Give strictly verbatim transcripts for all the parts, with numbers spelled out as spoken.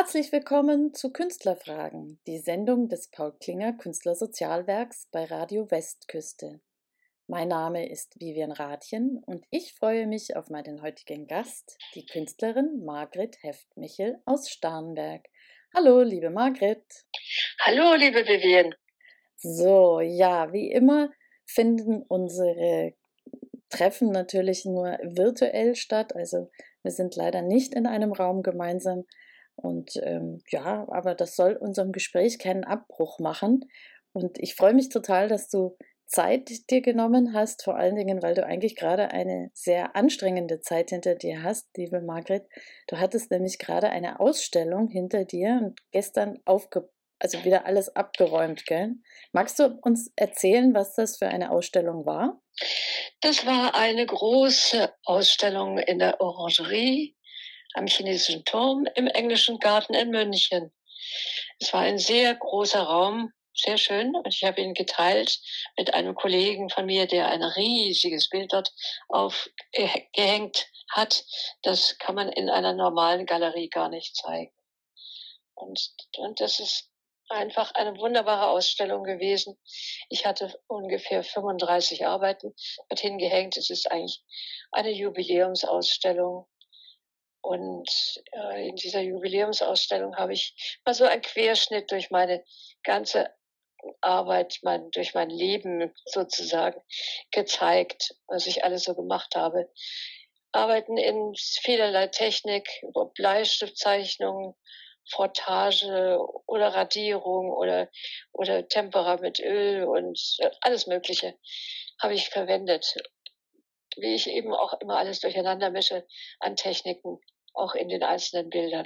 Herzlich willkommen zu Künstlerfragen, die Sendung des Paul Klinger Künstlersozialwerks bei Radio Westküste. Mein Name ist Vivian Rathjen und ich freue mich auf meinen heutigen Gast, die Künstlerin Margret Heft-Michel aus Starnberg. Hallo, liebe Margret. Hallo, liebe Vivian. So, ja, wie immer finden unsere Treffen natürlich nur virtuell statt. Also wir sind leider nicht in einem Raum gemeinsam. Und ähm, ja, aber das soll unserem Gespräch keinen Abbruch machen. Und ich freue mich total, dass du Zeit dir genommen hast, vor allen Dingen, weil du eigentlich gerade eine sehr anstrengende Zeit hinter dir hast, liebe Margret. Du hattest nämlich gerade eine Ausstellung hinter dir und gestern aufge also wieder alles abgeräumt, gell? Magst du uns erzählen, was das für eine Ausstellung war? Das war eine große Ausstellung in der Orangerie am Chinesischen Turm im Englischen Garten in München. Es war ein sehr großer Raum, sehr schön, und ich habe ihn geteilt mit einem Kollegen von mir, der ein riesiges Bild dort aufgehängt hat. Das kann man in einer normalen Galerie gar nicht zeigen. Und, und das ist einfach eine wunderbare Ausstellung gewesen. Ich hatte ungefähr fünfunddreißig Arbeiten dorthin gehängt. Es ist eigentlich eine Jubiläumsausstellung. Und äh, in dieser Jubiläumsausstellung habe ich mal so einen Querschnitt durch meine ganze Arbeit, mein, durch mein Leben sozusagen gezeigt, was ich alles so gemacht habe. Arbeiten in vielerlei Technik, über Bleistiftzeichnungen, Frottage oder Radierung oder, oder Tempera mit Öl und alles Mögliche habe ich verwendet. Wie ich eben auch immer alles durcheinander mische an Techniken, auch in den einzelnen Bildern.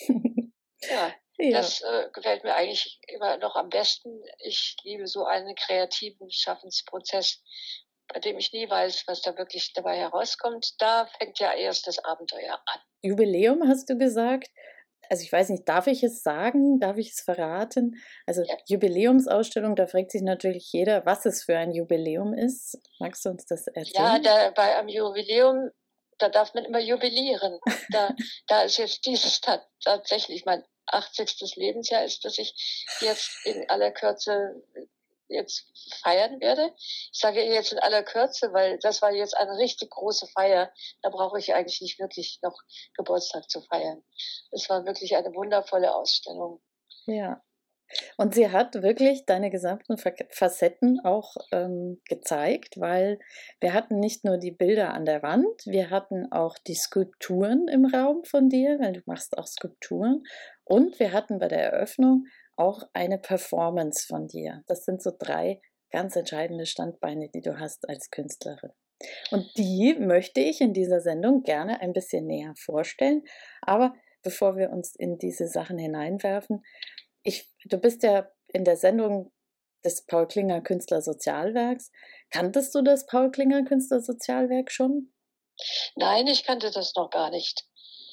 Ja, Ja. das äh, gefällt mir eigentlich immer noch am besten. Ich liebe so einen kreativen Schaffensprozess, bei dem ich nie weiß, was da wirklich dabei herauskommt. Da fängt ja erst das Abenteuer an. Jubiläum hast du gesagt. Also ich weiß nicht, darf ich es sagen? Darf ich es verraten? Also Ja. Jubiläumsausstellung, da fragt sich natürlich jeder, was es für ein Jubiläum ist. Magst du uns das Ja, erzählen? da, bei einem Jubiläum, da darf man immer jubilieren. Da, da ist jetzt dieses ta tatsächlich mein achtzigstes Lebensjahr ist, das ich jetzt in aller Kürze jetzt feiern werde. Ich sage jetzt in aller Kürze, weil das war jetzt eine richtig große Feier. Da brauche ich eigentlich nicht wirklich noch Geburtstag zu feiern. Es war wirklich eine wundervolle Ausstellung. Ja. Und sie hat wirklich deine gesamten Fa Facetten auch ähm, gezeigt, weil wir hatten nicht nur die Bilder an der Wand, wir hatten auch die Skulpturen im Raum von dir, weil du machst auch Skulpturen. Und wir hatten bei der Eröffnung auch eine Performance von dir. Das sind so drei ganz entscheidende Standbeine, die du hast als Künstlerin. Und die möchte ich in dieser Sendung gerne ein bisschen näher vorstellen. Aber bevor wir uns in diese Sachen hineinwerfen, ich, du bist ja in der Sendung des Paul Klinger Künstlersozialwerks. Kanntest du das Paul Klinger Künstlersozialwerk schon? Nein, ich kannte das noch gar nicht.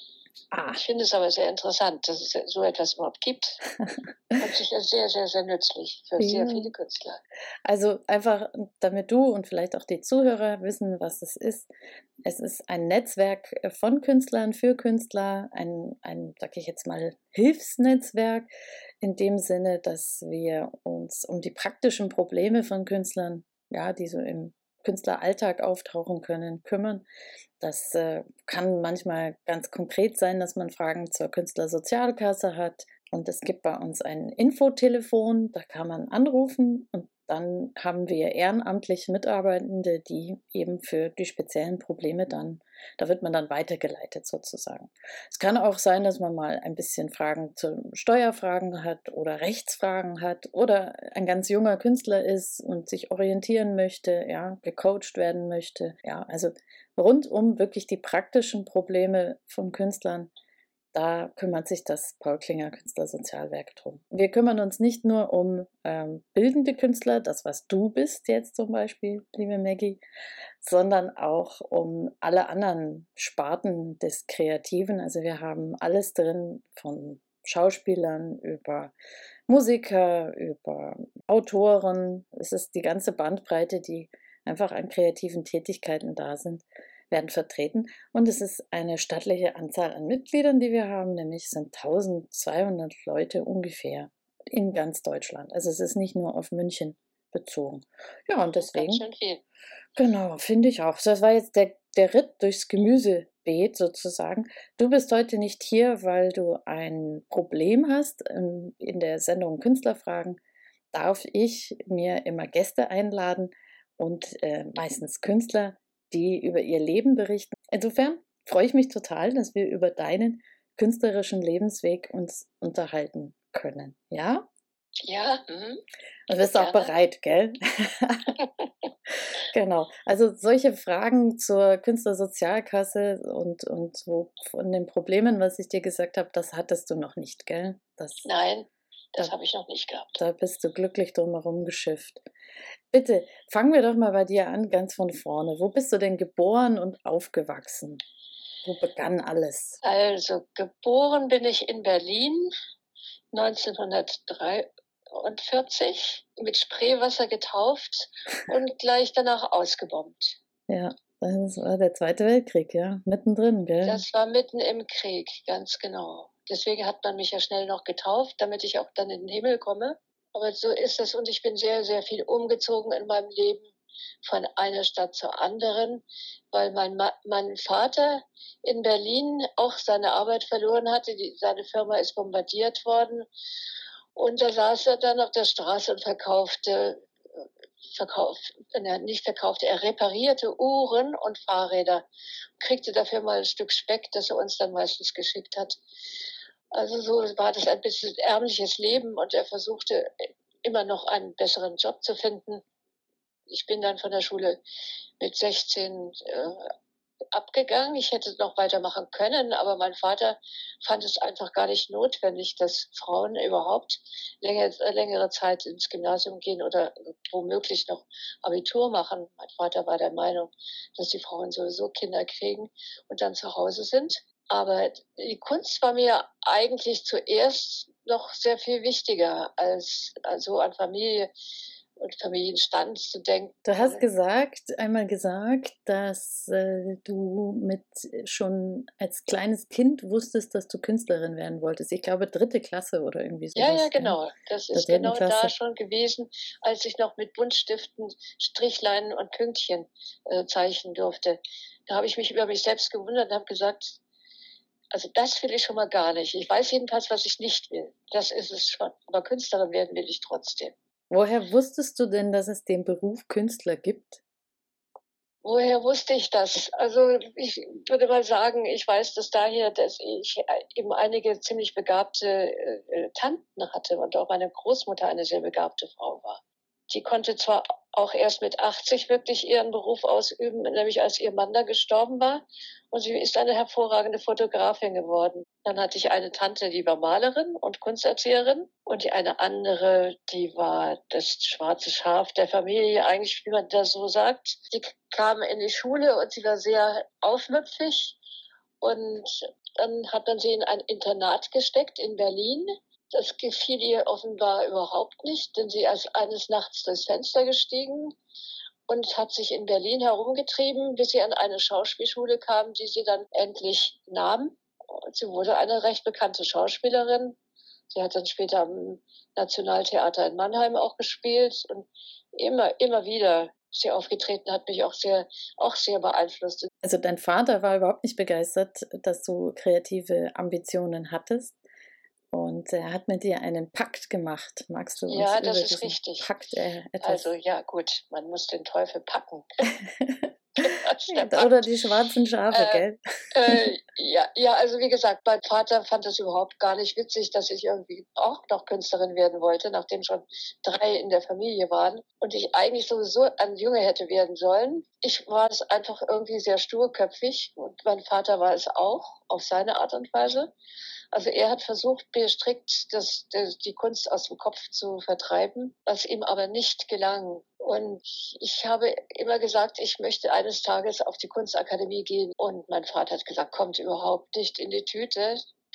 Ah. Ich finde es aber sehr interessant, dass es so etwas überhaupt gibt. Und sicher sehr, sehr, sehr nützlich für sehr Ja. viele Künstler. Also einfach, damit du und vielleicht auch die Zuhörer wissen, was es ist. Es ist ein Netzwerk äh, von Künstlern für Künstler, ein, ein, sag ich jetzt mal, Hilfsnetzwerk in dem Sinne, dass wir uns um die praktischen Probleme von Künstlern, ja, die so im Künstleralltag auftauchen können, kümmern. Das äh, kann manchmal ganz konkret sein, dass man Fragen zur Künstlersozialkasse hat. Und es gibt bei uns ein Infotelefon, da kann man anrufen und dann haben wir ehrenamtlich Mitarbeitende, die eben für die speziellen Probleme dann, da wird man dann weitergeleitet sozusagen. Es kann auch sein, dass man mal ein bisschen Fragen zu Steuerfragen hat oder Rechtsfragen hat oder ein ganz junger Künstler ist und sich orientieren möchte, ja, gecoacht werden möchte. Ja, also rundum wirklich die praktischen Probleme von Künstlern. Da kümmert sich das Paul Klinger Künstlersozialwerk drum. Wir kümmern uns nicht nur um ähm, bildende Künstler, das was du bist jetzt zum Beispiel, liebe Maggie, sondern auch um alle anderen Sparten des Kreativen. Also wir haben alles drin, von Schauspielern über Musiker, über Autoren. Es ist die ganze Bandbreite, die einfach an kreativen Tätigkeiten da sind. werden vertreten. Und es ist eine stattliche Anzahl an Mitgliedern, die wir haben, nämlich sind tausendzweihundert Leute ungefähr in ganz Deutschland. Also es ist nicht nur auf München bezogen. Ja, und deswegen, Ganz schön viel. genau, finde ich auch. So, das war jetzt der, der Ritt durchs Gemüsebeet sozusagen. Du bist heute nicht hier, weil du ein Problem hast. Ähm, In der Sendung Künstlerfragen darf ich mir immer Gäste einladen und äh, meistens Künstler, die über ihr Leben berichten. Insofern freue ich mich total, dass wir über deinen künstlerischen Lebensweg uns unterhalten können. Ja? Ja, mhm. Und bist auch Gerne. bereit, gell? Genau. Also solche Fragen zur Künstlersozialkasse und, und so von den Problemen, was ich dir gesagt habe, das hattest du noch nicht, gell? Das, Nein, das da, habe ich noch nicht gehabt. da bist du glücklich drumherum geschifft. Bitte, fangen wir doch mal bei dir an, ganz von vorne. Wo bist du denn geboren und aufgewachsen? Wo begann alles? Also geboren bin ich in Berlin neunzehnhundertdreiundvierzig, mit Spreewasser getauft und gleich danach ausgebombt. Ja, das war der Zweite Weltkrieg, ja, mittendrin, gell? Das war mitten im Krieg, ganz genau. Deswegen hat man mich ja schnell noch getauft, damit ich auch dann in den Himmel komme. Aber so ist es, und ich bin sehr, sehr viel umgezogen in meinem Leben, von einer Stadt zur anderen, weil mein, Ma mein Vater in Berlin auch seine Arbeit verloren hatte. Die, seine Firma ist bombardiert worden. Und da saß er dann auf der Straße und verkaufte, verkauf, äh, nicht verkaufte, er reparierte Uhren und Fahrräder, kriegte dafür mal ein Stück Speck, das er uns dann meistens geschickt hat. Also so war das ein bisschen ärmliches Leben, und er versuchte immer noch einen besseren Job zu finden. Ich bin dann von der Schule mit sechzehn äh, abgegangen. Ich hätte noch weitermachen können, aber mein Vater fand es einfach gar nicht notwendig, dass Frauen überhaupt längere, längere Zeit ins Gymnasium gehen oder womöglich noch Abitur machen. Mein Vater war der Meinung, dass die Frauen sowieso Kinder kriegen und dann zu Hause sind. Aber die Kunst war mir eigentlich zuerst noch sehr viel wichtiger, als also an Familie und Familienstand zu denken. Du hast gesagt, einmal gesagt, dass äh, du mit schon als kleines Kind wusstest, dass du Künstlerin werden wolltest. Ich glaube, dritte Klasse oder irgendwie sowas. Ja, ja, genau. Das ist genau da schon gewesen, als ich noch mit Buntstiften Strichleinen und Pünktchen äh, zeichnen durfte. Da habe ich mich über mich selbst gewundert und habe gesagt, also das will ich schon mal gar nicht. Ich weiß jedenfalls, was ich nicht will. Das ist es schon. Aber Künstlerin werden will ich trotzdem. Woher wusstest du denn, dass es den Beruf Künstler gibt? Woher wusste ich das? Also ich würde mal sagen, ich weiß das daher, dass ich eben einige ziemlich begabte äh, Tanten hatte und auch meine Großmutter eine sehr begabte Frau war. Die konnte zwar auch erst mit achtzig wirklich ihren Beruf ausüben, nämlich als ihr Mann da gestorben war. Und sie ist eine hervorragende Fotografin geworden. Dann hatte ich eine Tante, die war Malerin und Kunsterzieherin. Und die eine andere, die war das schwarze Schaf der Familie, eigentlich, wie man das so sagt. Die kam in die Schule und sie war sehr aufmüpfig. Und dann hat man sie in ein Internat gesteckt in Berlin. Das gefiel ihr offenbar überhaupt nicht, denn sie ist eines Nachts durchs Fenster gestiegen und hat sich in Berlin herumgetrieben, bis sie an eine Schauspielschule kam, die sie dann endlich nahm. Und sie wurde eine recht bekannte Schauspielerin. Sie hat dann später am Nationaltheater in Mannheim auch gespielt und immer, immer wieder ist sie aufgetreten, hat mich auch sehr, auch sehr beeinflusst. Also dein Vater war überhaupt nicht begeistert, dass du kreative Ambitionen hattest. Und er hat mit dir einen Pakt gemacht. Magst du uns Ja, über das ist diesen richtig. Pakt äh, etwas... Also ja, gut, man muss den Teufel packen. Ja, oder die schwarzen Schafe, äh, gell? äh, ja, ja, also wie gesagt, mein Vater fand es überhaupt gar nicht witzig, dass ich irgendwie auch noch Künstlerin werden wollte, nachdem schon drei in der Familie waren und ich eigentlich sowieso ein Junge hätte werden sollen. Ich war es einfach irgendwie sehr sturköpfig und mein Vater war es auch, auf seine Art und Weise. Also er hat versucht, mir strikt das, das, die Kunst aus dem Kopf zu vertreiben, was ihm aber nicht gelang. Und ich habe immer gesagt, ich möchte eines Tages auf die Kunstakademie gehen. Und mein Vater hat gesagt, kommt überhaupt nicht in die Tüte.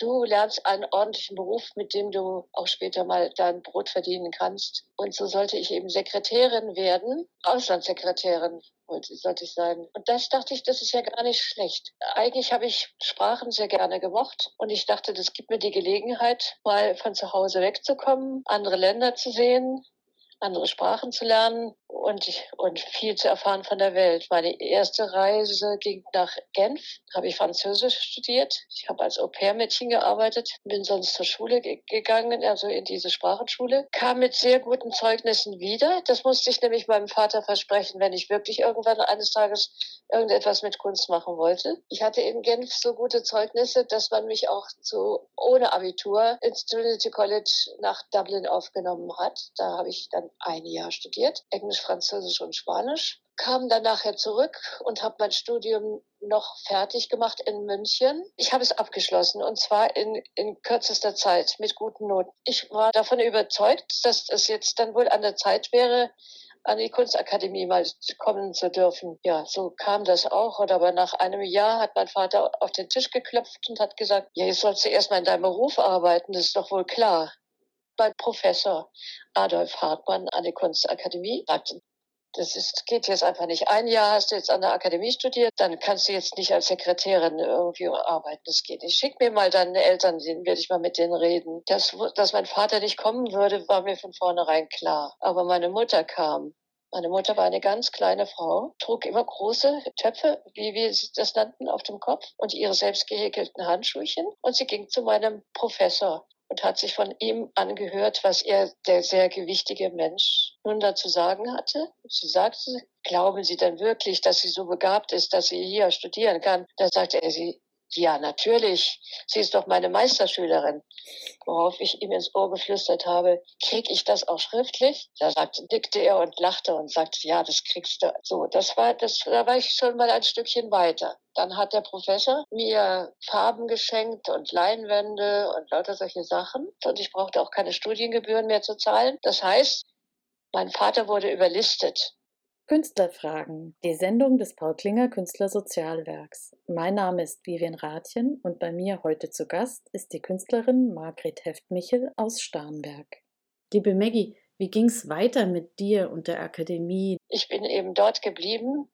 du lernst einen ordentlichen Beruf, mit dem du auch später mal dein Brot verdienen kannst. Und so sollte ich eben Sekretärin werden, Auslandssekretärin wollte, sollte ich sein. Und das dachte ich, das ist ja gar nicht schlecht. Eigentlich habe ich Sprachen sehr gerne gemocht und ich dachte, das gibt mir die Gelegenheit, mal von zu Hause wegzukommen, andere Länder zu sehen, andere Sprachen zu lernen und, und viel zu erfahren von der Welt. Meine erste Reise ging nach Genf, habe ich Französisch studiert. Ich habe als Au-pair-Mädchen gearbeitet, bin sonst zur Schule ge- gegangen, also in diese Sprachenschule, kam mit sehr guten Zeugnissen wieder. Das musste ich nämlich meinem Vater versprechen, wenn ich wirklich irgendwann eines Tages irgendetwas mit Kunst machen wollte. Ich hatte in Genf so gute Zeugnisse, dass man mich auch so ohne Abitur ins Trinity College nach Dublin aufgenommen hat. Da habe ich dann ein Jahr studiert, Englisch, Französisch und Spanisch. Kam dann nachher zurück und habe mein Studium noch fertig gemacht in München. Ich habe es abgeschlossen und zwar in, in kürzester Zeit mit guten Noten. Ich war davon überzeugt, dass es jetzt dann wohl an der Zeit wäre, an die Kunstakademie mal kommen zu dürfen. Ja, so kam das auch. Und aber nach einem Jahr hat mein Vater auf den Tisch geklopft und hat gesagt, ja, jetzt sollst du erstmal in deinem Beruf arbeiten, das ist doch wohl klar. Mein Professor Adolf Hartmann an der Kunstakademie sagte, das ist, geht jetzt einfach nicht. Ein Jahr hast du jetzt an der Akademie studiert, dann kannst du jetzt nicht als Sekretärin irgendwie arbeiten. Das geht nicht. Schick mir mal deine Eltern, den werde ich mal mit denen reden. Das, dass mein Vater nicht kommen würde, war mir von vornherein klar. Aber meine Mutter kam. Meine Mutter war eine ganz kleine Frau, trug immer große Töpfe, wie wir das nannten, auf dem Kopf und ihre selbst gehäkelten Handschuhchen. Und sie ging zu meinem Professor und hat sich von ihm angehört, was er, der sehr gewichtige Mensch, nun dazu sagen hatte. Sie sagte, glauben Sie denn wirklich, dass sie so begabt ist, dass sie hier studieren kann? Da sagte er sie, ja, natürlich. Sie ist doch meine Meisterschülerin. Worauf ich ihm ins Ohr geflüstert habe, krieg ich das auch schriftlich? Da sagte, nickte er und lachte und sagte, ja, das kriegst du. So, das war, das, da war ich schon mal ein Stückchen weiter. Dann hat der Professor mir Farben geschenkt und Leinwände und lauter solche Sachen. Und ich brauchte auch keine Studiengebühren mehr zu zahlen. Das heißt, mein Vater wurde überlistet. Künstlerfragen, die Sendung des Paul Klinger Künstlersozialwerks. Mein Name ist Vivian Rathjen und bei mir heute zu Gast ist die Künstlerin Margret Heftmichel aus Starnberg. Liebe Maggie, wie ging's weiter mit dir und der Akademie? Ich bin eben dort geblieben.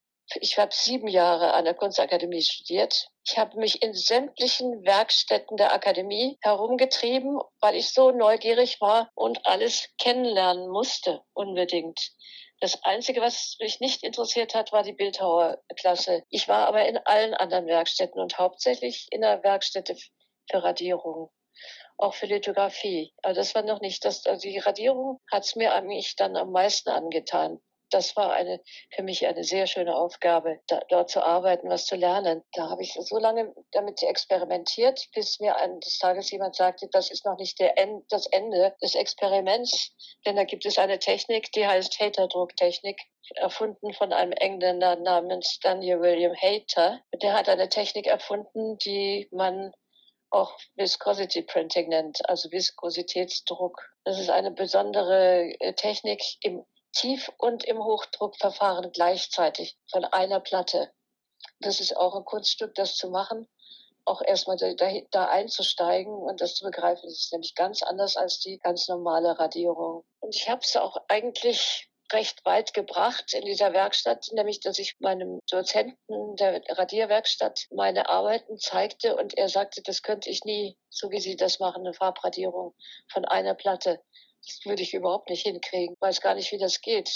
Ich habe sieben Jahre an der Kunstakademie studiert. Ich habe mich in sämtlichen Werkstätten der Akademie herumgetrieben, weil ich so neugierig war und alles kennenlernen musste, unbedingt. Das Einzige, was mich nicht interessiert hat, war die Bildhauerklasse. Ich war aber in allen anderen Werkstätten und hauptsächlich in der Werkstätte für Radierung, auch für Lithografie. Aber das war noch nicht, das, also die Radierung hat es mir eigentlich dann am meisten angetan. Das war eine, für mich eine sehr schöne Aufgabe, da, dort zu arbeiten, was zu lernen. Da habe ich so lange damit experimentiert, bis mir eines Tages jemand sagte, das ist noch nicht der End, das Ende des Experiments, denn da gibt es eine Technik, die heißt Haterdrucktechnik, erfunden von einem Engländer namens Daniel William Hayter. Der hat eine Technik erfunden, die man auch Viscosity Printing nennt, also Viskositätsdruck. Das ist eine besondere Technik im Tief- und im Hochdruckverfahren gleichzeitig von einer Platte. Das ist auch ein Kunststück, das zu machen, auch erstmal da, da einzusteigen und das zu begreifen. Das ist nämlich ganz anders als die ganz normale Radierung. Und ich habe es auch eigentlich recht weit gebracht in dieser Werkstatt, nämlich dass ich meinem Dozenten der Radierwerkstatt meine Arbeiten zeigte und er sagte, das könnte ich nie, so wie Sie das machen, eine Farbradierung von einer Platte. Das würde ich überhaupt nicht hinkriegen. Ich weiß gar nicht, wie das geht.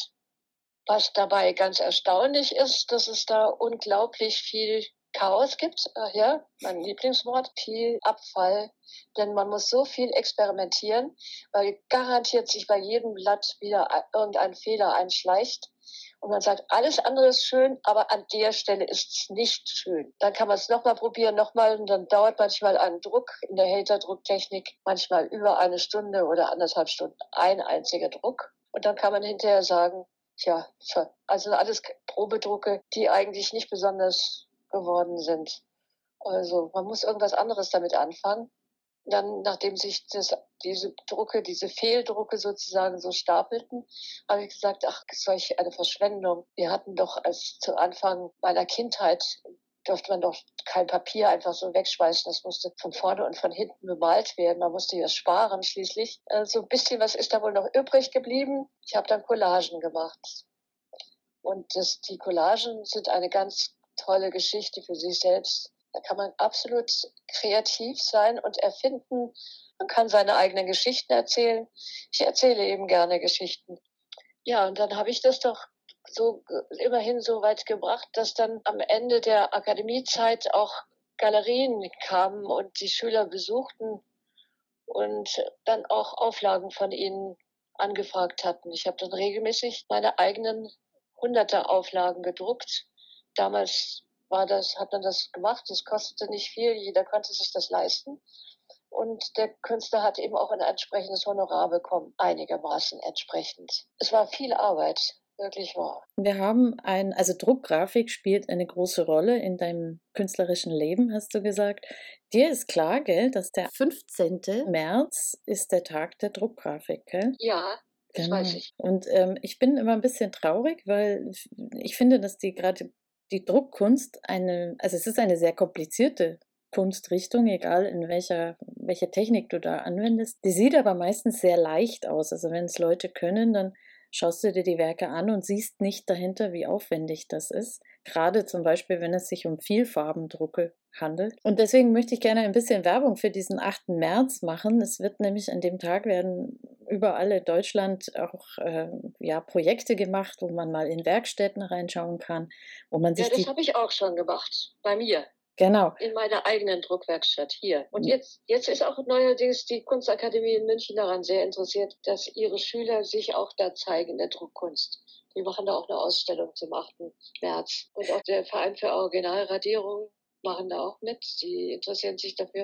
Was dabei ganz erstaunlich ist, dass es da unglaublich viel Chaos gibt. Ach ja, mein Lieblingswort, viel Abfall. Denn man muss so viel experimentieren, weil garantiert sich bei jedem Blatt wieder irgendein Fehler einschleicht. Und man sagt, alles andere ist schön, aber an der Stelle ist es nicht schön. Dann kann man es nochmal probieren, nochmal, und dann dauert manchmal ein Druck in der Haterdrucktechnik, manchmal über eine Stunde oder anderthalb Stunden, ein einziger Druck. Und dann kann man hinterher sagen, tja, also alles Probedrucke, die eigentlich nicht besonders geworden sind. Also man muss irgendwas anderes damit anfangen. Dann, nachdem sich das, diese Drucke, diese Fehldrucke sozusagen so stapelten, habe ich gesagt, ach, solch eine Verschwendung. Wir hatten doch als zu Anfang meiner Kindheit durfte man doch kein Papier einfach so wegschmeißen. Das musste von vorne und von hinten bemalt werden. Man musste ja sparen schließlich. Äh, so ein bisschen was ist da wohl noch übrig geblieben. Ich habe dann Collagen gemacht. Und das, die Collagen sind eine ganz tolle Geschichte für sich selbst. Da kann man absolut kreativ sein und erfinden. Man kann seine eigenen Geschichten erzählen. Ich erzähle eben gerne Geschichten. Ja, und dann habe ich das doch so immerhin so weit gebracht, dass dann am Ende der Akademiezeit auch Galerien kamen und die Schüler besuchten und dann auch Auflagen von ihnen angefragt hatten. Ich habe dann regelmäßig meine eigenen Hunderter-Auflagen gedruckt. Damals war das, hat man das gemacht, das kostete nicht viel, jeder konnte sich das leisten. Und der Künstler hat eben auch ein entsprechendes Honorar bekommen, einigermaßen entsprechend. Es war viel Arbeit, wirklich wahr. Wir haben ein, also Druckgrafik spielt eine große Rolle in deinem künstlerischen Leben, hast du gesagt. Dir ist klar, gell, dass der fünfzehnte März ist der Tag der Druckgrafik, gell? Ja, das Genau. weiß ich. Und ähm, ich bin immer ein bisschen traurig, weil ich finde, dass die gerade die Druckkunst eine, also es ist eine sehr komplizierte Kunstrichtung, egal in welcher, welche Technik du da anwendest. Die sieht aber meistens sehr leicht aus. Also wenn es Leute können, dann schaust du dir die Werke an und siehst nicht dahinter, wie aufwendig das ist. Gerade zum Beispiel, wenn es sich um Vielfarbendrucke handelt. Und deswegen möchte ich gerne ein bisschen Werbung für diesen achten März machen. Es wird nämlich an dem Tag werden überall in Deutschland auch äh, ja, Projekte gemacht, wo man mal in Werkstätten reinschauen kann, wo man sich Ja, das die... habe ich auch schon gemacht, bei mir. Genau. In meiner eigenen Druckwerkstatt hier. Und jetzt, jetzt ist auch neuerdings die Kunstakademie in München daran sehr interessiert, dass ihre Schüler sich auch da zeigen in der Druckkunst. Die machen da auch eine Ausstellung zum achten März. Und auch der Verein für Originalradierung machen da auch mit. Die interessieren sich dafür.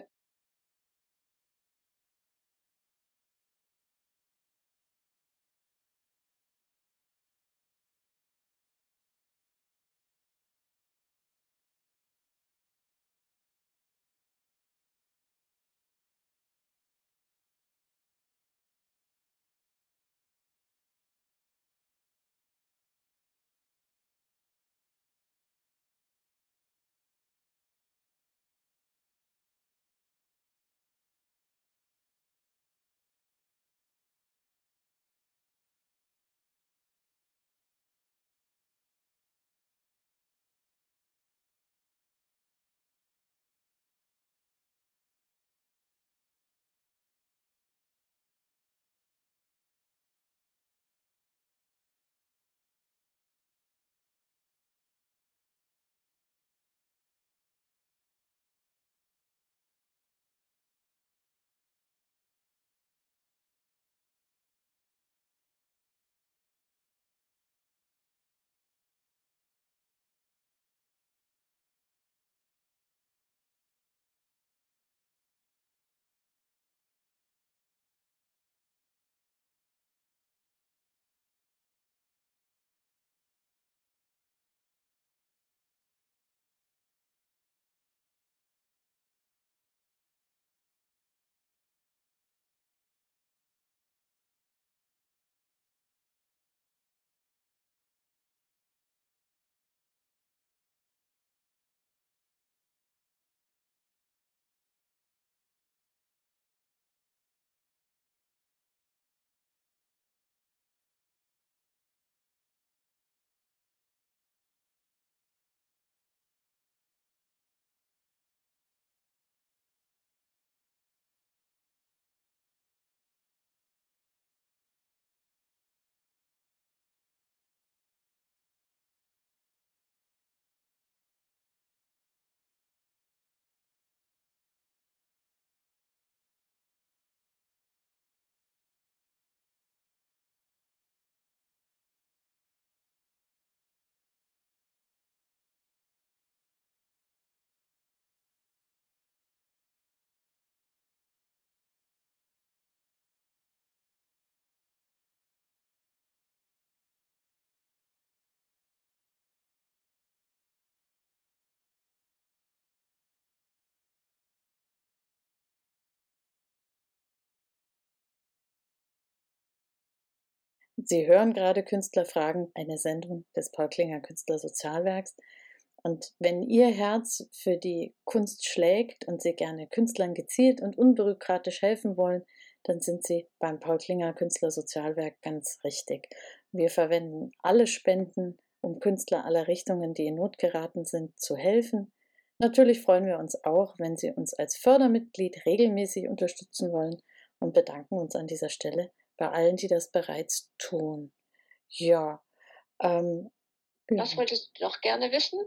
Sie hören gerade Künstlerfragen, eine Sendung des Paul Klinger Künstlersozialwerks. Und wenn Ihr Herz für die Kunst schlägt und Sie gerne Künstlern gezielt und unbürokratisch helfen wollen, dann sind Sie beim Paul Klinger Künstlersozialwerk ganz richtig. Wir verwenden alle Spenden, um Künstler aller Richtungen, die in Not geraten sind, zu helfen. Natürlich freuen wir uns auch, wenn Sie uns als Fördermitglied regelmäßig unterstützen wollen und bedanken uns an dieser Stelle bei allen, die das bereits tun. Ja, ähm, Was wolltest du noch gerne wissen?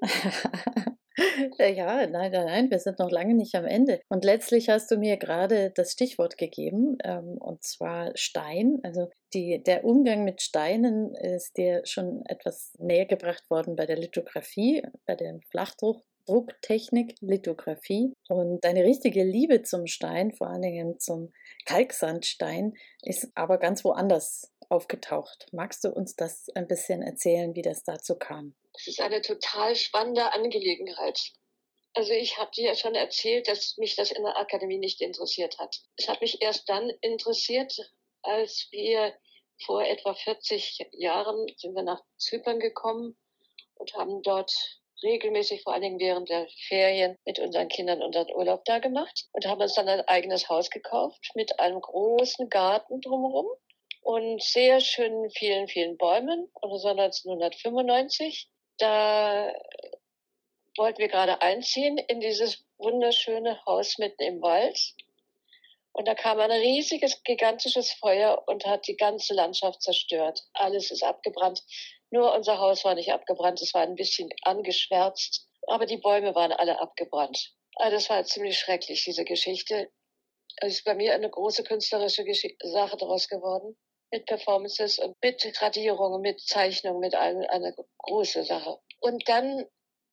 Ja, nein, nein, nein, wir sind noch lange nicht am Ende. Und letztlich hast du mir gerade das Stichwort gegeben, ähm, und zwar Stein. Also die, der Umgang mit Steinen ist dir schon etwas näher gebracht worden bei der Lithografie, bei der Flachdrucktechnik, Lithografie. Und deine richtige Liebe zum Stein, vor allen Dingen zum Kalksandstein, ist aber ganz woanders aufgetaucht. Magst du uns das ein bisschen erzählen, wie das dazu kam? Das ist eine total spannende Angelegenheit. Also ich habe dir ja schon erzählt, dass mich das in der Akademie nicht interessiert hat. Es hat mich erst dann interessiert, als wir vor etwa vierzig Jahren sind wir nach Zypern gekommen und haben dort regelmäßig, vor allen Dingen während der Ferien, mit unseren Kindern unseren Urlaub da gemacht und haben uns dann ein eigenes Haus gekauft mit einem großen Garten drumherum und sehr schönen vielen, vielen Bäumen. Und das war neunzehnhundertfünfundneunzig. Da wollten wir gerade einziehen in dieses wunderschöne Haus mitten im Wald. Und da kam ein riesiges, gigantisches Feuer und hat die ganze Landschaft zerstört. Alles ist abgebrannt. Nur unser Haus war nicht abgebrannt, es war ein bisschen angeschwärzt, aber die Bäume waren alle abgebrannt. Also das war ziemlich schrecklich, diese Geschichte. Es ist bei mir eine große künstlerische Gesch- Sache daraus geworden. Mit Performances und mit Radierungen, mit Zeichnungen, mit allem, eine große Sache. Und dann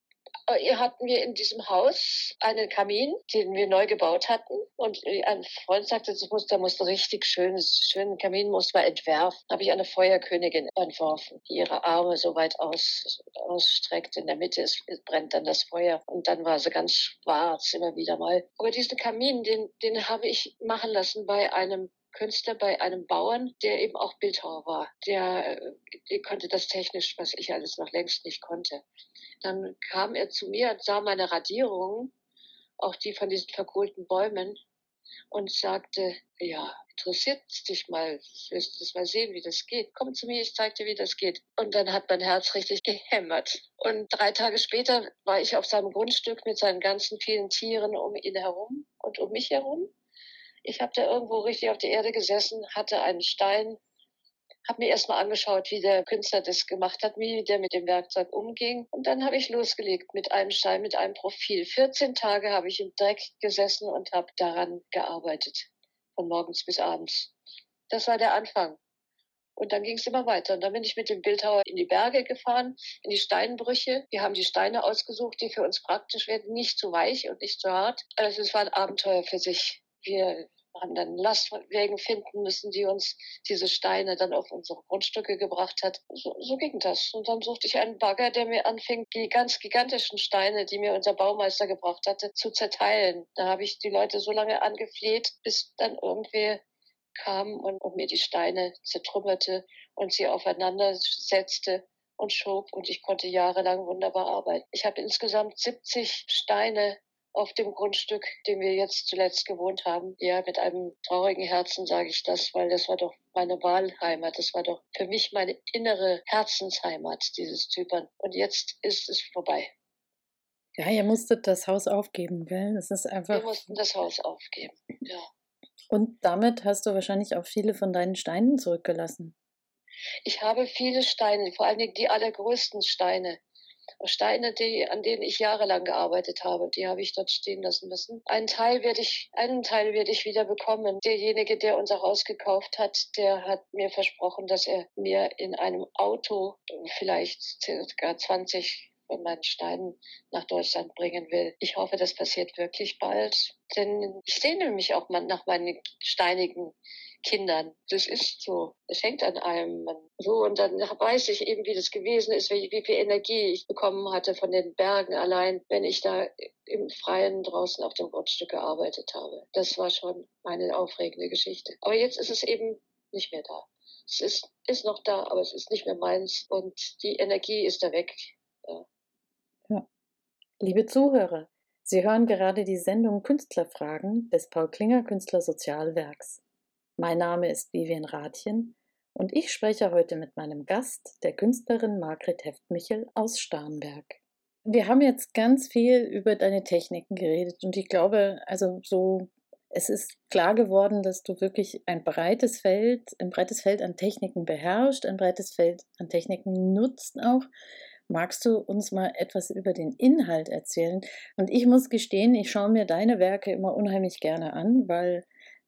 hier hatten wir in diesem Haus einen Kamin, den wir neu gebaut hatten. Und ein Freund sagte, das muss, der muss richtig schön, schönen Kamin muss man entwerfen. Da habe ich eine Feuerkönigin entworfen, die ihre Arme so weit aus, ausstreckt. In der Mitte ist, brennt dann das Feuer. Und dann war sie ganz schwarz, immer wieder mal. Aber diesen Kamin, den, den habe ich machen lassen bei einem Künstler, bei einem Bauern, der eben auch Bildhauer war. Der, der konnte das technisch, was ich alles noch längst nicht konnte. Dann kam er zu mir und sah meine Radierungen, auch die von diesen verkohlten Bäumen, und sagte, ja, interessiert dich mal, willst du mal sehen, wie das geht? Komm zu mir, ich zeig dir, wie das geht. Und dann hat mein Herz richtig gehämmert. Und drei Tage später war ich auf seinem Grundstück mit seinen ganzen vielen Tieren um ihn herum und um mich herum. Ich habe da irgendwo richtig auf der Erde gesessen, hatte einen Stein, habe mir erst mal angeschaut, wie der Künstler das gemacht hat, wie der mit dem Werkzeug umging. Und dann habe ich losgelegt mit einem Stein, mit einem Profil. vierzehn Tage habe ich im Dreck gesessen und habe daran gearbeitet, von morgens bis abends. Das war der Anfang. Und dann ging es immer weiter. Und dann bin ich mit dem Bildhauer in die Berge gefahren, in die Steinbrüche. Wir haben die Steine ausgesucht, die für uns praktisch werden, nicht zu weich und nicht zu hart. Also es war ein Abenteuer für sich. Wir haben dann Lastwagen finden müssen, die uns diese Steine dann auf unsere Grundstücke gebracht hat. So, so ging das. Und dann suchte ich einen Bagger, der mir anfing, die ganz gigantischen Steine, die mir unser Baumeister gebracht hatte, zu zerteilen. Da habe ich die Leute so lange angefleht, bis dann irgendwer kam und, und mir die Steine zertrümmerte und sie aufeinander setzte und schob, und ich konnte jahrelang wunderbar arbeiten. Ich habe insgesamt siebzig Steine auf dem Grundstück, dem wir jetzt zuletzt gewohnt haben. Ja, mit einem traurigen Herzen sage ich das, weil das war doch meine Wahlheimat. Das war doch für mich meine innere Herzensheimat, dieses Zypern. Und jetzt ist es vorbei. Ja, ihr musstet das Haus aufgeben, gell? Das ist einfach. Wir mussten das Haus aufgeben, ja. Und damit hast du wahrscheinlich auch viele von deinen Steinen zurückgelassen. Ich habe viele Steine, vor allen Dingen die allergrößten Steine. Steine, die, an denen ich jahrelang gearbeitet habe, die habe ich dort stehen lassen müssen. Einen Teil werde ich, einen Teil werde ich wieder bekommen. Derjenige, der unser Haus gekauft hat, der hat mir versprochen, dass er mir in einem Auto vielleicht circa zwanzig von meinen Steinen nach Deutschland bringen will. Ich hoffe, das passiert wirklich bald, denn ich sehne mich auch mal nach meinen steinigen Kindern. Das ist so. Es hängt an einem. So, und dann weiß ich eben, wie das gewesen ist, wie, wie viel Energie ich bekommen hatte von den Bergen allein, wenn ich da im Freien draußen auf dem Grundstück gearbeitet habe. Das war schon eine aufregende Geschichte. Aber jetzt ist es eben nicht mehr da. Es ist, ist noch da, aber es ist nicht mehr meins, und die Energie ist da weg. Ja. Ja. Liebe Zuhörer, Sie hören gerade die Sendung Künstlerfragen des Paul Klinger Künstlersozialwerks. Mein Name ist Vivian Rathjen und ich spreche heute mit meinem Gast, der Künstlerin Margret Heftmichel aus Starnberg. Wir haben jetzt ganz viel über deine Techniken geredet und ich glaube, also so, es ist klar geworden, dass du wirklich ein breites Feld, ein breites Feld an Techniken beherrschst, ein breites Feld an Techniken nutzt auch. Magst du uns mal etwas über den Inhalt erzählen? Und ich muss gestehen, ich schaue mir deine Werke immer unheimlich gerne an, weil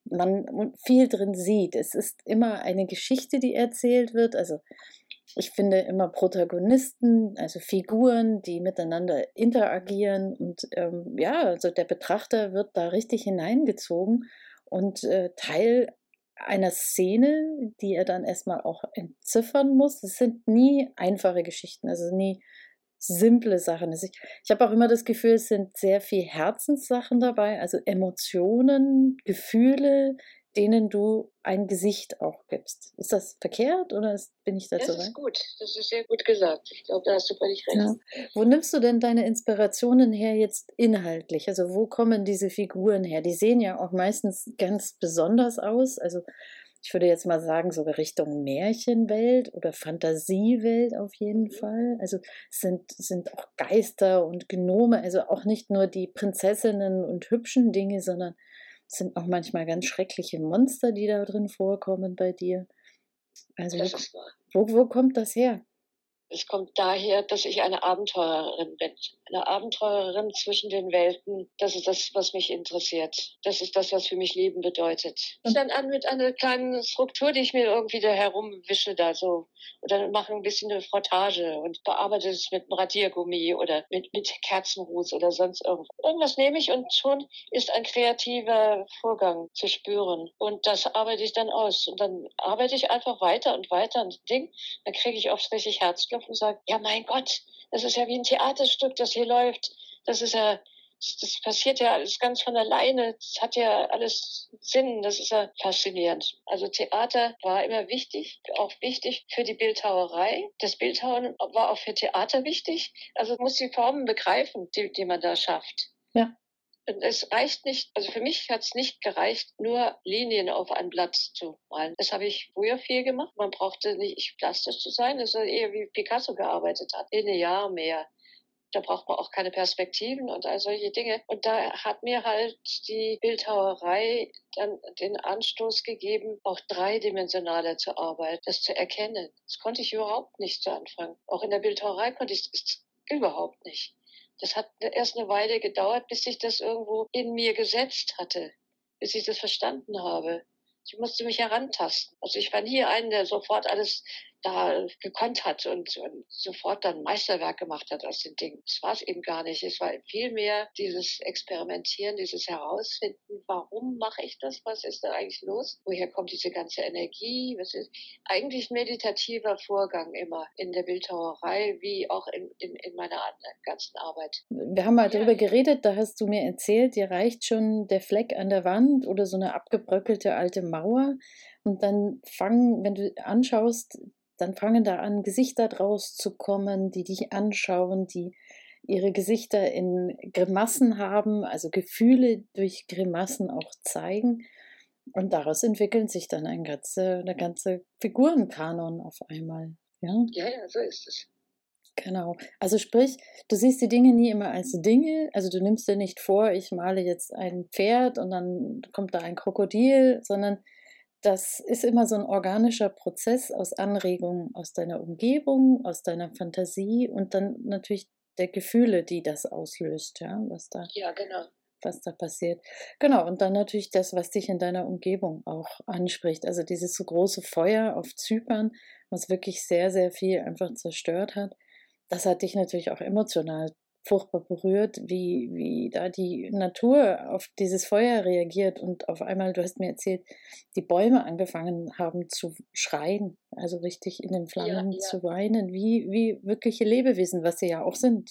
man viel drin sieht. Es ist immer eine Geschichte, die erzählt wird. Also ich finde immer Protagonisten, also Figuren, die miteinander interagieren. Und ähm, ja, also der Betrachter wird da richtig hineingezogen und äh, Teil einer Szene, die er dann erstmal auch entziffern muss. Es sind nie einfache Geschichten, also nie simple Sachen. Also ich ich habe auch immer das Gefühl, es sind sehr viel Herzenssachen dabei, also Emotionen, Gefühle, denen du ein Gesicht auch gibst. Ist das verkehrt oder ist, bin ich da zu Das ist weit? gut. Das ist sehr gut gesagt. Ich glaube, da hast du völlig recht. Ja. Wo nimmst du denn deine Inspirationen her jetzt inhaltlich? Also wo kommen diese Figuren her? Die sehen ja auch meistens ganz besonders aus. Also ich würde jetzt mal sagen, sogar Richtung Märchenwelt oder Fantasiewelt auf jeden Mhm. Fall. Also es sind, sind auch Geister und Gnome, also auch nicht nur die Prinzessinnen und hübschen Dinge, sondern es sind auch manchmal ganz schreckliche Monster, die da drin vorkommen bei dir. Also wo, Das ist wahr. wo, wo kommt das her? Es kommt daher, dass ich eine Abenteurerin bin. Eine Abenteurerin zwischen den Welten. Das ist das, was mich interessiert. Das ist das, was für mich Leben bedeutet. Ich dann an mit einer kleinen Struktur, die ich mir irgendwie da herumwische da so. Oder mache ein bisschen eine Frottage und bearbeite es mit einem Radiergummi oder mit, mit Kerzenruß oder sonst irgendwas. Irgendwas nehme ich und schon ist ein kreativer Vorgang zu spüren. Und das arbeite ich dann aus. Und dann arbeite ich einfach weiter und weiter an dem Ding. Dann kriege ich oft richtig Herzklopfen und sage, ja mein Gott, das ist ja wie ein Theaterstück, das hier läuft. Das ist ja, das passiert ja alles ganz von alleine. Das hat ja alles Sinn. Das ist ja faszinierend. Also Theater war immer wichtig, auch wichtig für die Bildhauerei. Das Bildhauern war auch für Theater wichtig. Also man muss die Formen begreifen, die, die man da schafft. Ja. Und es reicht nicht, also für mich hat es nicht gereicht, nur Linien auf ein Blatt zu malen. Das habe ich früher viel gemacht. Man brauchte nicht plastisch zu sein. Das ist eher wie Picasso gearbeitet hat. Linear mehr. Da braucht man auch keine Perspektiven und all solche Dinge. Und da hat mir halt die Bildhauerei dann den Anstoß gegeben, auch dreidimensionaler zu arbeiten, das zu erkennen. Das konnte ich überhaupt nicht zu Anfang. Auch in der Bildhauerei konnte ich es überhaupt nicht. Das hat erst eine Weile gedauert, bis ich das irgendwo in mir gesetzt hatte, bis ich das verstanden habe. Ich musste mich herantasten. Also ich war nie einer, der sofort alles da gekonnt hat und, und sofort dann Meisterwerk gemacht hat aus den Dingen. Das war es eben gar nicht. Es war vielmehr dieses Experimentieren, dieses Herausfinden, warum mache ich das? Was ist da eigentlich los? Woher kommt diese ganze Energie? Was ist eigentlich meditativer Vorgang immer in der Bildhauerei, wie auch in, in, in meiner ganzen Arbeit. Wir haben mal Ja, darüber ja. geredet, da hast du mir erzählt, dir reicht schon der Fleck an der Wand oder so eine abgebröckelte alte Mauer. Und dann fangen, wenn du anschaust, dann fangen da an, Gesichter draus zu kommen, die dich anschauen, die ihre Gesichter in Grimassen haben, also Gefühle durch Grimassen auch zeigen. Und daraus entwickeln sich dann ein ganze, eine ganze Figurenkanon auf einmal. Ja. Ja, ja, so ist es. Genau. Also sprich, du siehst die Dinge nie immer als Dinge. Also du nimmst dir nicht vor, ich male jetzt ein Pferd und dann kommt da ein Krokodil, sondern das ist immer so ein organischer Prozess aus Anregungen aus deiner Umgebung, aus deiner Fantasie und dann natürlich der Gefühle, die das auslöst, ja, was da, Ja, genau. was da passiert. Genau, und dann natürlich das, was dich in deiner Umgebung auch anspricht. Also dieses so große Feuer auf Zypern, was wirklich sehr, sehr viel einfach zerstört hat. Das hat dich natürlich auch emotional furchtbar berührt, wie wie da die Natur auf dieses Feuer reagiert und auf einmal, du hast mir erzählt, die Bäume angefangen haben zu schreien, also richtig in den Ja, Flammen ja. zu weinen, wie wie wirkliche Lebewesen, was sie ja auch sind, ne?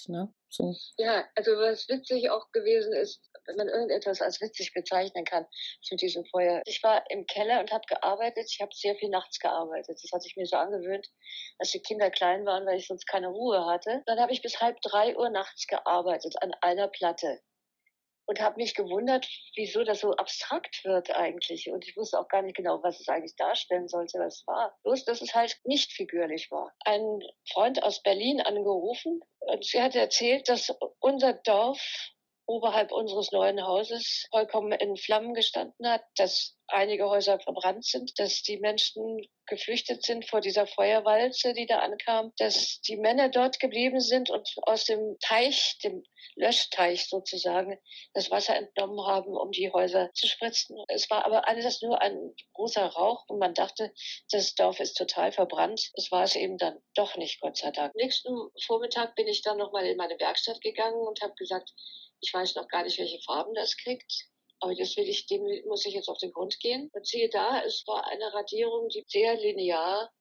So. Ja, also was witzig auch gewesen ist, wenn man irgendetwas als witzig bezeichnen kann, ist mit diesem Feuer. Ich war im Keller und habe gearbeitet. Ich habe sehr viel nachts gearbeitet. Das hatte ich mir so angewöhnt, als die Kinder klein waren, weil ich sonst keine Ruhe hatte. Dann habe ich bis halb drei Uhr nachts gearbeitet an einer Platte. Und habe mich gewundert, wieso das so abstrakt wird eigentlich. Und ich wusste auch gar nicht genau, was es eigentlich darstellen sollte, was es war. Bloß, dass es halt nicht figürlich war. Ein Freund aus Berlin angerufen und sie hat erzählt, dass unser Dorf oberhalb unseres neuen Hauses vollkommen in Flammen gestanden hat, dass einige Häuser verbrannt sind, dass die Menschen geflüchtet sind vor dieser Feuerwalze, die da ankam, dass die Männer dort geblieben sind und aus dem Teich, dem Löschteich sozusagen, das Wasser entnommen haben, um die Häuser zu spritzen. Es war aber alles nur ein großer Rauch und man dachte, das Dorf ist total verbrannt. Es war es eben dann doch nicht, Gott sei Dank. Nächsten Vormittag bin ich dann nochmal in meine Werkstatt gegangen und habe gesagt, ich weiß noch gar nicht, welche Farben das kriegt. Aber das will ich, dem muss ich jetzt auf den Grund gehen. Und siehe da, es war eine Radierung, die sehr linear,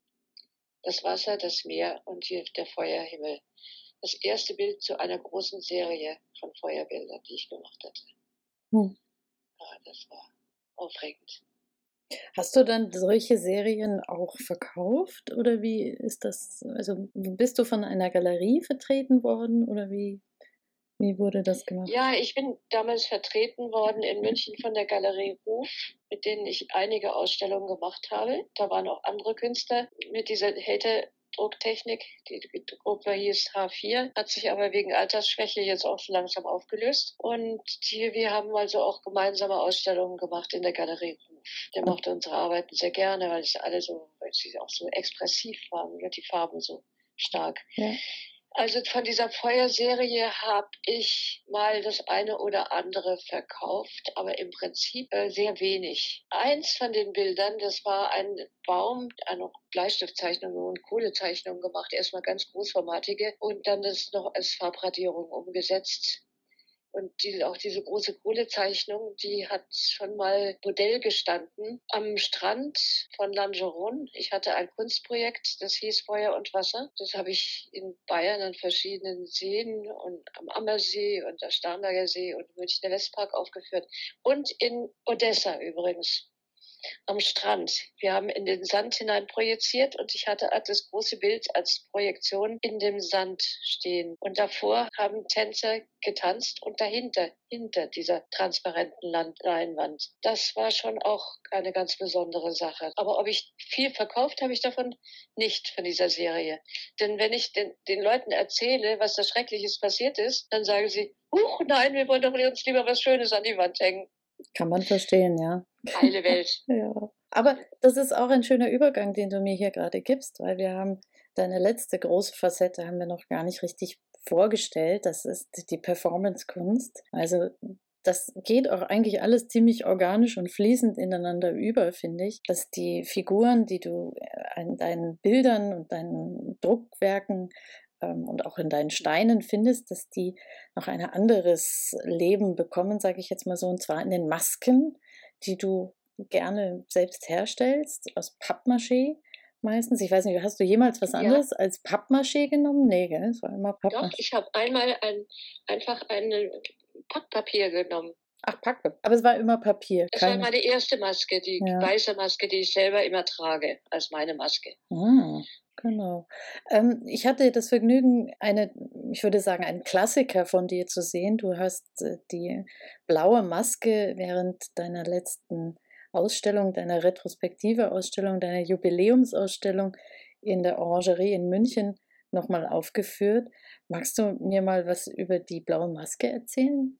das Wasser, das Meer und die, der Feuerhimmel. Das erste Bild zu einer großen Serie von Feuerbildern, die ich gemacht hatte. Hm. Ja, das war aufregend. Hast du dann solche Serien auch verkauft oder wie ist das? Also bist du von einer Galerie vertreten worden oder wie? Wie wurde das gemacht? Ja, ich bin damals vertreten worden in München von der Galerie Ruf, mit denen ich einige Ausstellungen gemacht habe. Da waren auch andere Künstler mit dieser Hälte-Drucktechnik. Die Gruppe hieß H vier, hat sich aber wegen Altersschwäche jetzt auch so langsam aufgelöst. Und die, wir haben also auch gemeinsame Ausstellungen gemacht in der Galerie Ruf. Der mochte unsere Arbeiten sehr gerne, weil es alle so, weil sie auch so expressiv waren, die Farben so stark. Ja. Also von dieser Feuerserie habe ich mal das eine oder andere verkauft, aber im Prinzip äh, sehr wenig. Eins von den Bildern, das war ein Baum, eine Bleistiftzeichnung und Kohlezeichnung gemacht, erstmal ganz großformatige und dann das noch als Farbradierung umgesetzt. Und die, auch diese große Kohlezeichnung, die hat schon mal Modell gestanden am Strand von Langeron. Ich hatte ein Kunstprojekt, das hieß Feuer und Wasser. Das habe ich in Bayern an verschiedenen Seen und am Ammersee und der Starnberger See und im Münchner Westpark aufgeführt. Und in Odessa übrigens. Am Strand. Wir haben in den Sand hinein projiziert und ich hatte das große Bild als Projektion in dem Sand stehen. Und davor haben Tänzer getanzt und dahinter, hinter dieser transparenten Leinwand. Das war schon auch eine ganz besondere Sache. Aber ob ich viel verkauft habe ich davon nicht, von dieser Serie. Denn wenn ich den, den Leuten erzähle, was da Schreckliches passiert ist, dann sagen sie, huch, nein, wir wollen doch uns lieber was Schönes an die Wand hängen. Kann man verstehen, ja. Heile Welt. Ja. Aber das ist auch ein schöner Übergang, den du mir hier gerade gibst, weil wir haben deine letzte große Facette haben wir noch gar nicht richtig vorgestellt. Das ist die Performance-Kunst. Also das geht auch eigentlich alles ziemlich organisch und fließend ineinander über, finde ich. Dass die Figuren, die du in deinen Bildern und deinen Druckwerken und auch in deinen Steinen findest, dass die noch ein anderes Leben bekommen, sage ich jetzt mal so, und zwar in den Masken, die du gerne selbst herstellst, aus Pappmaché meistens. Ich weiß nicht, hast du jemals was anderes ja. als Pappmaché genommen? Nee, gell? Es war immer Pappmaché. Doch, ich habe einmal ein, einfach ein Packpapier genommen. Ach, Packpapier. Aber es war immer Papier. Das war meine erste Maske, die ja. weiße Maske, die ich selber immer trage, als meine Maske. Ah. Genau. Ähm, ich hatte das Vergnügen, eine, ich würde sagen, einen Klassiker von dir zu sehen. Du hast äh, die blaue Maske während deiner letzten Ausstellung, deiner retrospektive Ausstellung, deiner Jubiläumsausstellung in der Orangerie in München nochmal aufgeführt. Magst du mir mal was über die blaue Maske erzählen?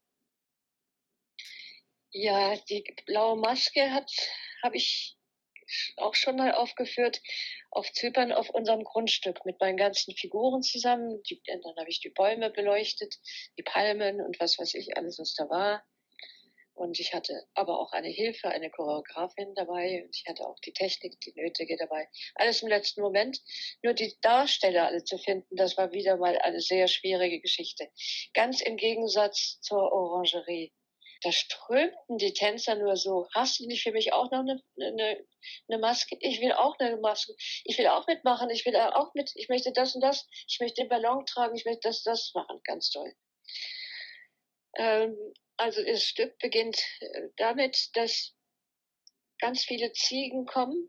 Ja, die blaue Maske hat, habe ich auch schon mal aufgeführt auf Zypern auf unserem Grundstück mit meinen ganzen Figuren zusammen. Die, dann habe ich die Bäume beleuchtet, die Palmen und was weiß ich, alles, was da war. Und ich hatte aber auch eine Hilfe, eine Choreografin dabei. Und ich hatte auch die Technik, die nötige dabei. Alles im letzten Moment. Nur die Darsteller alle zu finden, das war wieder mal eine sehr schwierige Geschichte. Ganz im Gegensatz zur Orangerie. da strömten die Tänzer nur so: „Hast du nicht für mich auch noch eine 'ne 'ne Maske? Ich will auch eine Maske. Ich will auch mitmachen. Ich will da auch mit. Ich möchte das und das. Ich möchte den Ballon tragen. Ich möchte das das machen.“ Ganz toll. Ähm, also das Stück beginnt, äh, damit, dass ganz viele Ziegen kommen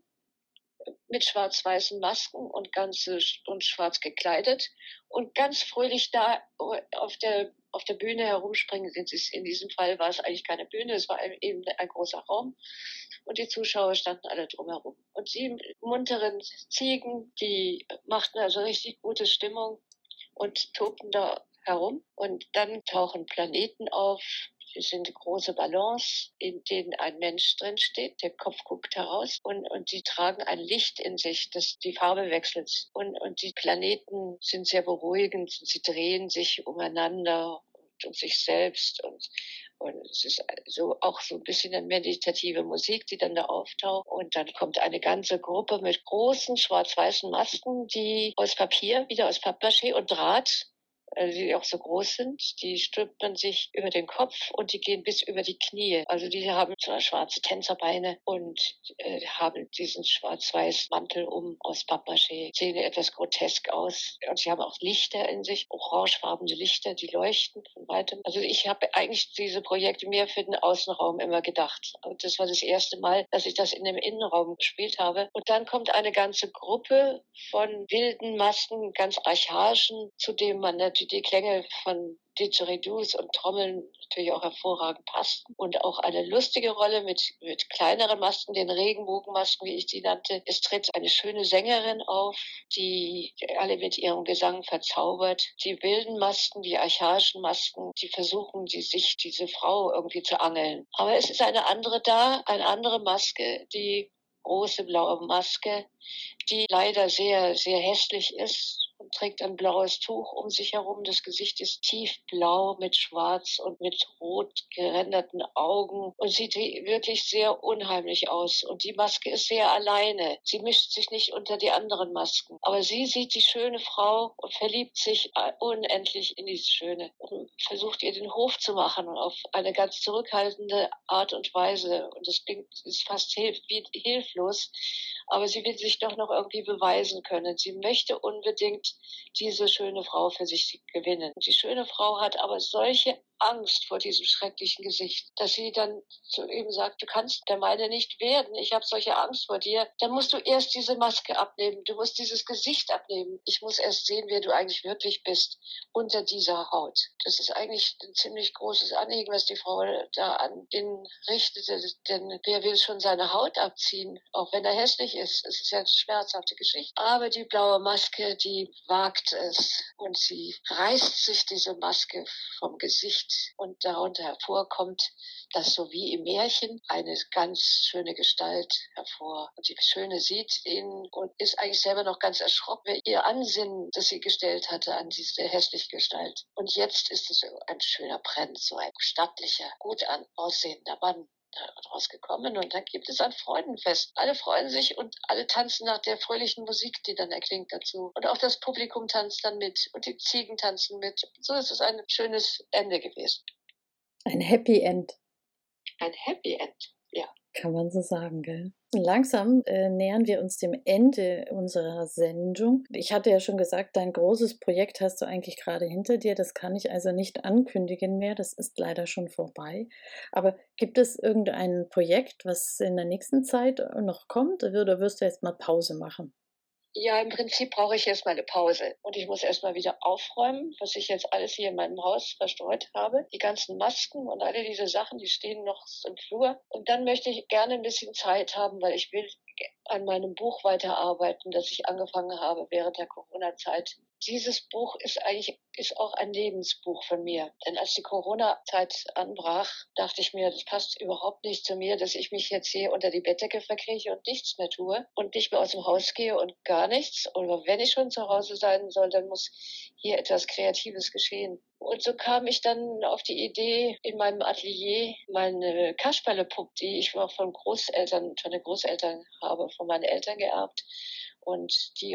mit schwarz-weißen Masken und ganz und schwarz gekleidet und ganz fröhlich da auf der auf der Bühne herumspringen. In diesem Fall war es eigentlich keine Bühne, es war eben ein großer Raum und die Zuschauer standen alle drumherum. Und die munteren Ziegen, die machten also richtig gute Stimmung und tobten da herum. Und dann tauchen Planeten auf. Das sind große Ballons, in denen ein Mensch drin steht. Der Kopf guckt heraus und, und die tragen ein Licht in sich, das die Farbe wechselt. Und, und die Planeten sind sehr beruhigend. Sie drehen sich umeinander und um sich selbst. Und, und es ist so auch so ein bisschen eine meditative Musik, die dann da auftaucht. Und dann kommt eine ganze Gruppe mit großen schwarz-weißen Masken, die aus Papier, wieder aus Pappmaché und Draht, die auch so groß sind, die stülpt man sich über den Kopf und die gehen bis über die Knie. Also die haben zwar schwarze Tänzerbeine und äh, haben diesen schwarz-weiß Mantel um aus Pappmaché, sehen etwas grotesk aus. Und sie haben auch Lichter in sich, orangefarbene Lichter, die leuchten von weitem. Also ich habe eigentlich diese Projekte mehr für den Außenraum immer gedacht. Und das war das erste Mal, dass ich das in dem Innenraum gespielt habe. Und dann kommt eine ganze Gruppe von wilden Masken, ganz archaischen, zu dem man natürlich die Klänge von Didgeridoos und Trommeln natürlich auch hervorragend passten. Und auch eine lustige Rolle mit, mit kleineren Masken, den Regenbogenmasken, wie ich sie nannte. Es tritt eine schöne Sängerin auf, die alle mit ihrem Gesang verzaubert. Die wilden Masken, die archaischen Masken, die versuchen, die, sich diese Frau irgendwie zu angeln. Aber es ist eine andere da, eine andere Maske, die große blaue Maske, die leider sehr, sehr hässlich ist und trägt ein blaues Tuch um sich herum. Das Gesicht ist tiefblau mit schwarz und mit rot geränderten Augen und sieht wirklich sehr unheimlich aus. Und die Maske ist sehr alleine. Sie mischt sich nicht unter die anderen Masken. Aber sie sieht die schöne Frau und verliebt sich unendlich in diese Schöne und versucht ihr den Hof zu machen auf eine ganz zurückhaltende Art und Weise. Und das klingt, ist fast hilf, hilflos. Aber sie will sich doch noch irgendwie beweisen können. Sie möchte unbedingt diese schöne Frau für sich gewinnen. Die schöne Frau hat aber solche Angst vor diesem schrecklichen Gesicht, dass sie dann zu ihm sagt, du kannst der meine nicht werden, ich habe solche Angst vor dir. Dann musst du erst diese Maske abnehmen, du musst dieses Gesicht abnehmen. Ich muss erst sehen, wer du eigentlich wirklich bist unter dieser Haut. Das ist eigentlich ein ziemlich großes Anliegen, was die Frau da an ihn richtete, denn wer will schon seine Haut abziehen, auch wenn er hässlich ist. Es ist ja eine schmerzhafte Geschichte. Aber die blaue Maske, die wagt es und sie reißt sich diese Maske vom Gesicht und darunter hervorkommt, dass so wie im Märchen eine ganz schöne Gestalt hervor. Und die Schöne sieht ihn und ist eigentlich selber noch ganz erschrocken, ihr Ansinnen, das sie gestellt hatte an diese hässliche Gestalt. Und jetzt ist es so ein schöner Prinz, so ein stattlicher, gut aussehender Mann rausgekommen und dann gibt es ein Freudenfest. Alle freuen sich und alle tanzen nach der fröhlichen Musik, die dann erklingt dazu. Und auch das Publikum tanzt dann mit und die Ziegen tanzen mit. So ist es ein schönes Ende gewesen. Ein Happy End. Ein Happy End, ja. Kann man so sagen, gell? Langsam äh, nähern wir uns dem Ende unserer Sendung. Ich hatte ja schon gesagt, dein großes Projekt hast du eigentlich gerade hinter dir. Das kann ich also nicht ankündigen mehr. Das ist leider schon vorbei. Aber gibt es irgendein Projekt, was in der nächsten Zeit noch kommt? Oder wirst du jetzt mal Pause machen? Ja, im Prinzip brauche ich erst mal eine Pause. Und ich muss erst mal wieder aufräumen, was ich jetzt alles hier in meinem Haus verstreut habe. Die ganzen Masken und alle diese Sachen, die stehen noch im Flur. Und dann möchte ich gerne ein bisschen Zeit haben, weil ich will an meinem Buch weiterarbeiten, das ich angefangen habe während der Corona-Zeit. Dieses Buch ist eigentlich ist auch ein Lebensbuch von mir. Denn als die Corona-Zeit anbrach, dachte ich mir, das passt überhaupt nicht zu mir, dass ich mich jetzt hier unter die Bettdecke verkrieche und nichts mehr tue und nicht mehr aus dem Haus gehe und gar nichts. Oder wenn ich schon zu Hause sein soll, dann muss hier etwas Kreatives geschehen. Und so kam ich dann auf die Idee, in meinem Atelier meine Kasperlepuppe, die ich auch von Großeltern, von den Großeltern habe, von meinen Eltern geerbt und die auch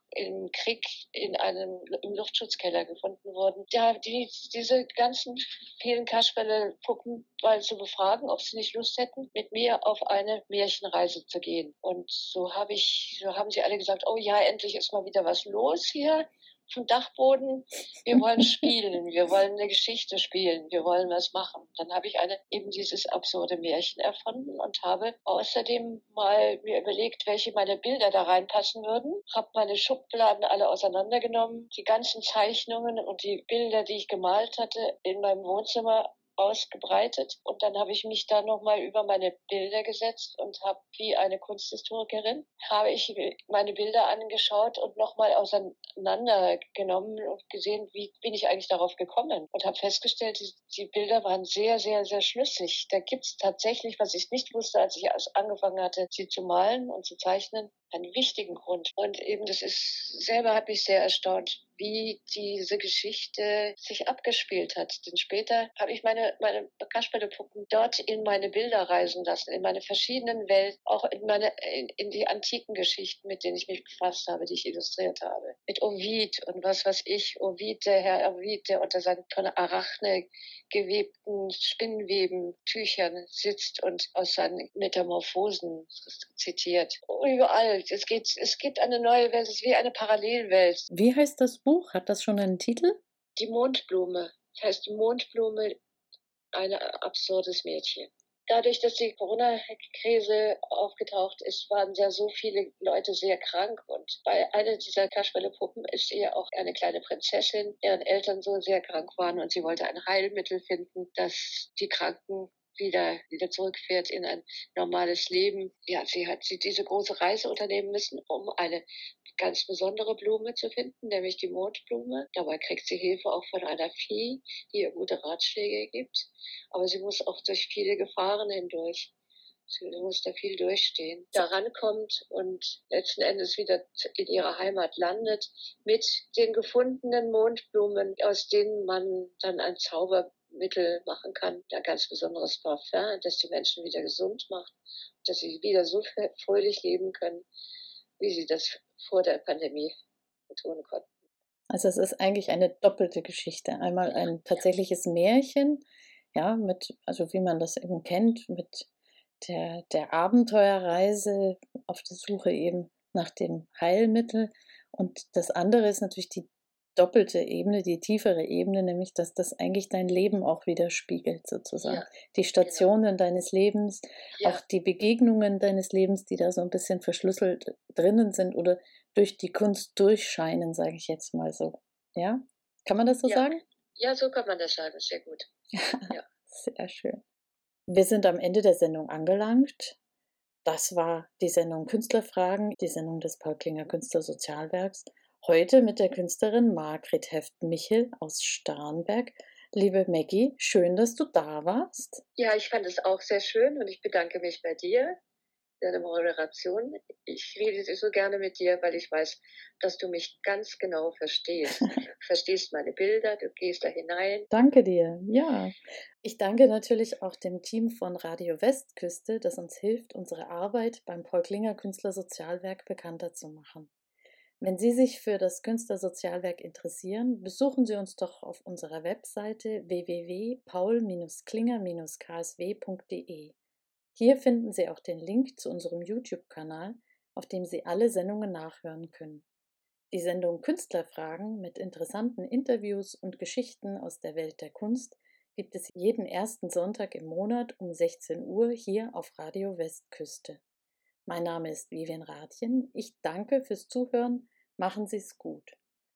im Krieg in einem im Luftschutzkeller gefunden wurden. Ja, die, diese ganzen vielen Kasperle-Puppen mal zu befragen, ob sie nicht Lust hätten, mit mir auf eine Märchenreise zu gehen. Und so habe ich, so haben sie alle gesagt, oh ja, endlich ist mal wieder was los hier vom Dachboden. Wir wollen spielen, wir wollen eine Geschichte spielen, wir wollen was machen. Dann habe ich eine, eben dieses absurde Märchen erfunden und habe außerdem mal mir überlegt, welche meiner Bilder da reinpassen würden. Habe meine Schubladen alle auseinandergenommen, die ganzen Zeichnungen und die Bilder, die ich gemalt hatte, in meinem Wohnzimmer ausgebreitet, und dann habe ich mich da nochmal über meine Bilder gesetzt und habe, wie eine Kunsthistorikerin, habe ich meine Bilder angeschaut und nochmal auseinandergenommen und gesehen, wie bin ich eigentlich darauf gekommen, und habe festgestellt, die, die Bilder waren sehr, sehr, sehr schlüssig. Da gibt es tatsächlich, was ich nicht wusste, als ich erst angefangen hatte, sie zu malen und zu zeichnen, einen wichtigen Grund. Und eben, das ist, selber hat mich sehr erstaunt, wie diese Geschichte sich abgespielt hat. Denn später habe ich meine, meine Kasperlepuppen dort in meine Bilder reisen lassen, in meine verschiedenen Welten, auch in meine, in, in die antiken Geschichten, mit denen ich mich befasst habe, die ich illustriert habe. Mit Ovid und was weiß ich, Ovid, der Herr Ovid, der unter seinen von Arachne gewebten Spinnweben, Tüchern sitzt und aus seinen Metamorphosen zitiert. Überall. Es geht, es gibt eine neue Welt, es ist wie eine Parallelwelt. Wie heißt das Buch? Hat das schon einen Titel? Die Mondblume. Das heißt die Mondblume, ein absurdes Mädchen. Dadurch, dass die Corona-Krise aufgetaucht ist, waren ja so viele Leute sehr krank. Und bei einer dieser Kasperle-Puppen ist ihr auch eine kleine Prinzessin, deren Eltern so sehr krank waren, und sie wollte ein Heilmittel finden, das die Kranken wieder, wieder zurückfährt in ein normales Leben. Ja, sie hat sie diese große Reise unternehmen müssen, um eine ganz besondere Blume zu finden, nämlich die Mondblume. Dabei kriegt sie Hilfe auch von einer Fee, die ihr gute Ratschläge gibt. Aber sie muss auch durch viele Gefahren hindurch. Sie muss da viel durchstehen. Da rankommt und letzten Endes wieder in ihrer Heimat landet mit den gefundenen Mondblumen, aus denen man dann ein Zaubermittel machen kann. Ein ganz besonderes Parfum, das die Menschen wieder gesund macht, dass sie wieder so fröhlich leben können, wie sie das vor der Pandemie tun konnten. Also es ist eigentlich eine doppelte Geschichte. Einmal ein tatsächliches Märchen, ja, mit, also wie man das eben kennt, mit der, der Abenteuerreise auf der Suche eben nach dem Heilmittel. Und das andere ist natürlich die doppelte Ebene, die tiefere Ebene, nämlich dass das eigentlich dein Leben auch widerspiegelt sozusagen. Ja, die Stationen genau. deines Lebens, Ja. auch die Begegnungen deines Lebens, die da so ein bisschen verschlüsselt drinnen sind oder durch die Kunst durchscheinen, sage ich jetzt mal so. Ja? Kann man das so Ja. sagen? Ja, so kann man das sagen, sehr gut. Ja. Sehr schön. Wir sind am Ende der Sendung angelangt. Das war die Sendung Künstlerfragen, die Sendung des Paul Klinger Künstlersozialwerks. Heute mit der Künstlerin Margret Heft-Michel aus Starnberg. Liebe Maggie, schön, dass du da warst. Ja, ich fand es auch sehr schön und ich bedanke mich bei dir, deine Moderation. Ich rede so gerne mit dir, weil ich weiß, dass du mich ganz genau verstehst. Du verstehst meine Bilder, du gehst da hinein. Danke dir, ja. Ich danke natürlich auch dem Team von Radio Westküste, das uns hilft, unsere Arbeit beim Paul Klinger Künstlersozialwerk bekannter zu machen. Wenn Sie sich für das Künstlersozialwerk interessieren, besuchen Sie uns doch auf unserer Webseite w w w punkt paul klinger k s w punkt d e. Hier finden Sie auch den Link zu unserem YouTube-Kanal, auf dem Sie alle Sendungen nachhören können. Die Sendung Künstlerfragen mit interessanten Interviews und Geschichten aus der Welt der Kunst gibt es jeden ersten Sonntag im Monat um sechzehn Uhr hier auf Radio Westküste. Mein Name ist Vivian Rathjen. Ich danke fürs Zuhören. Machen Sie es gut.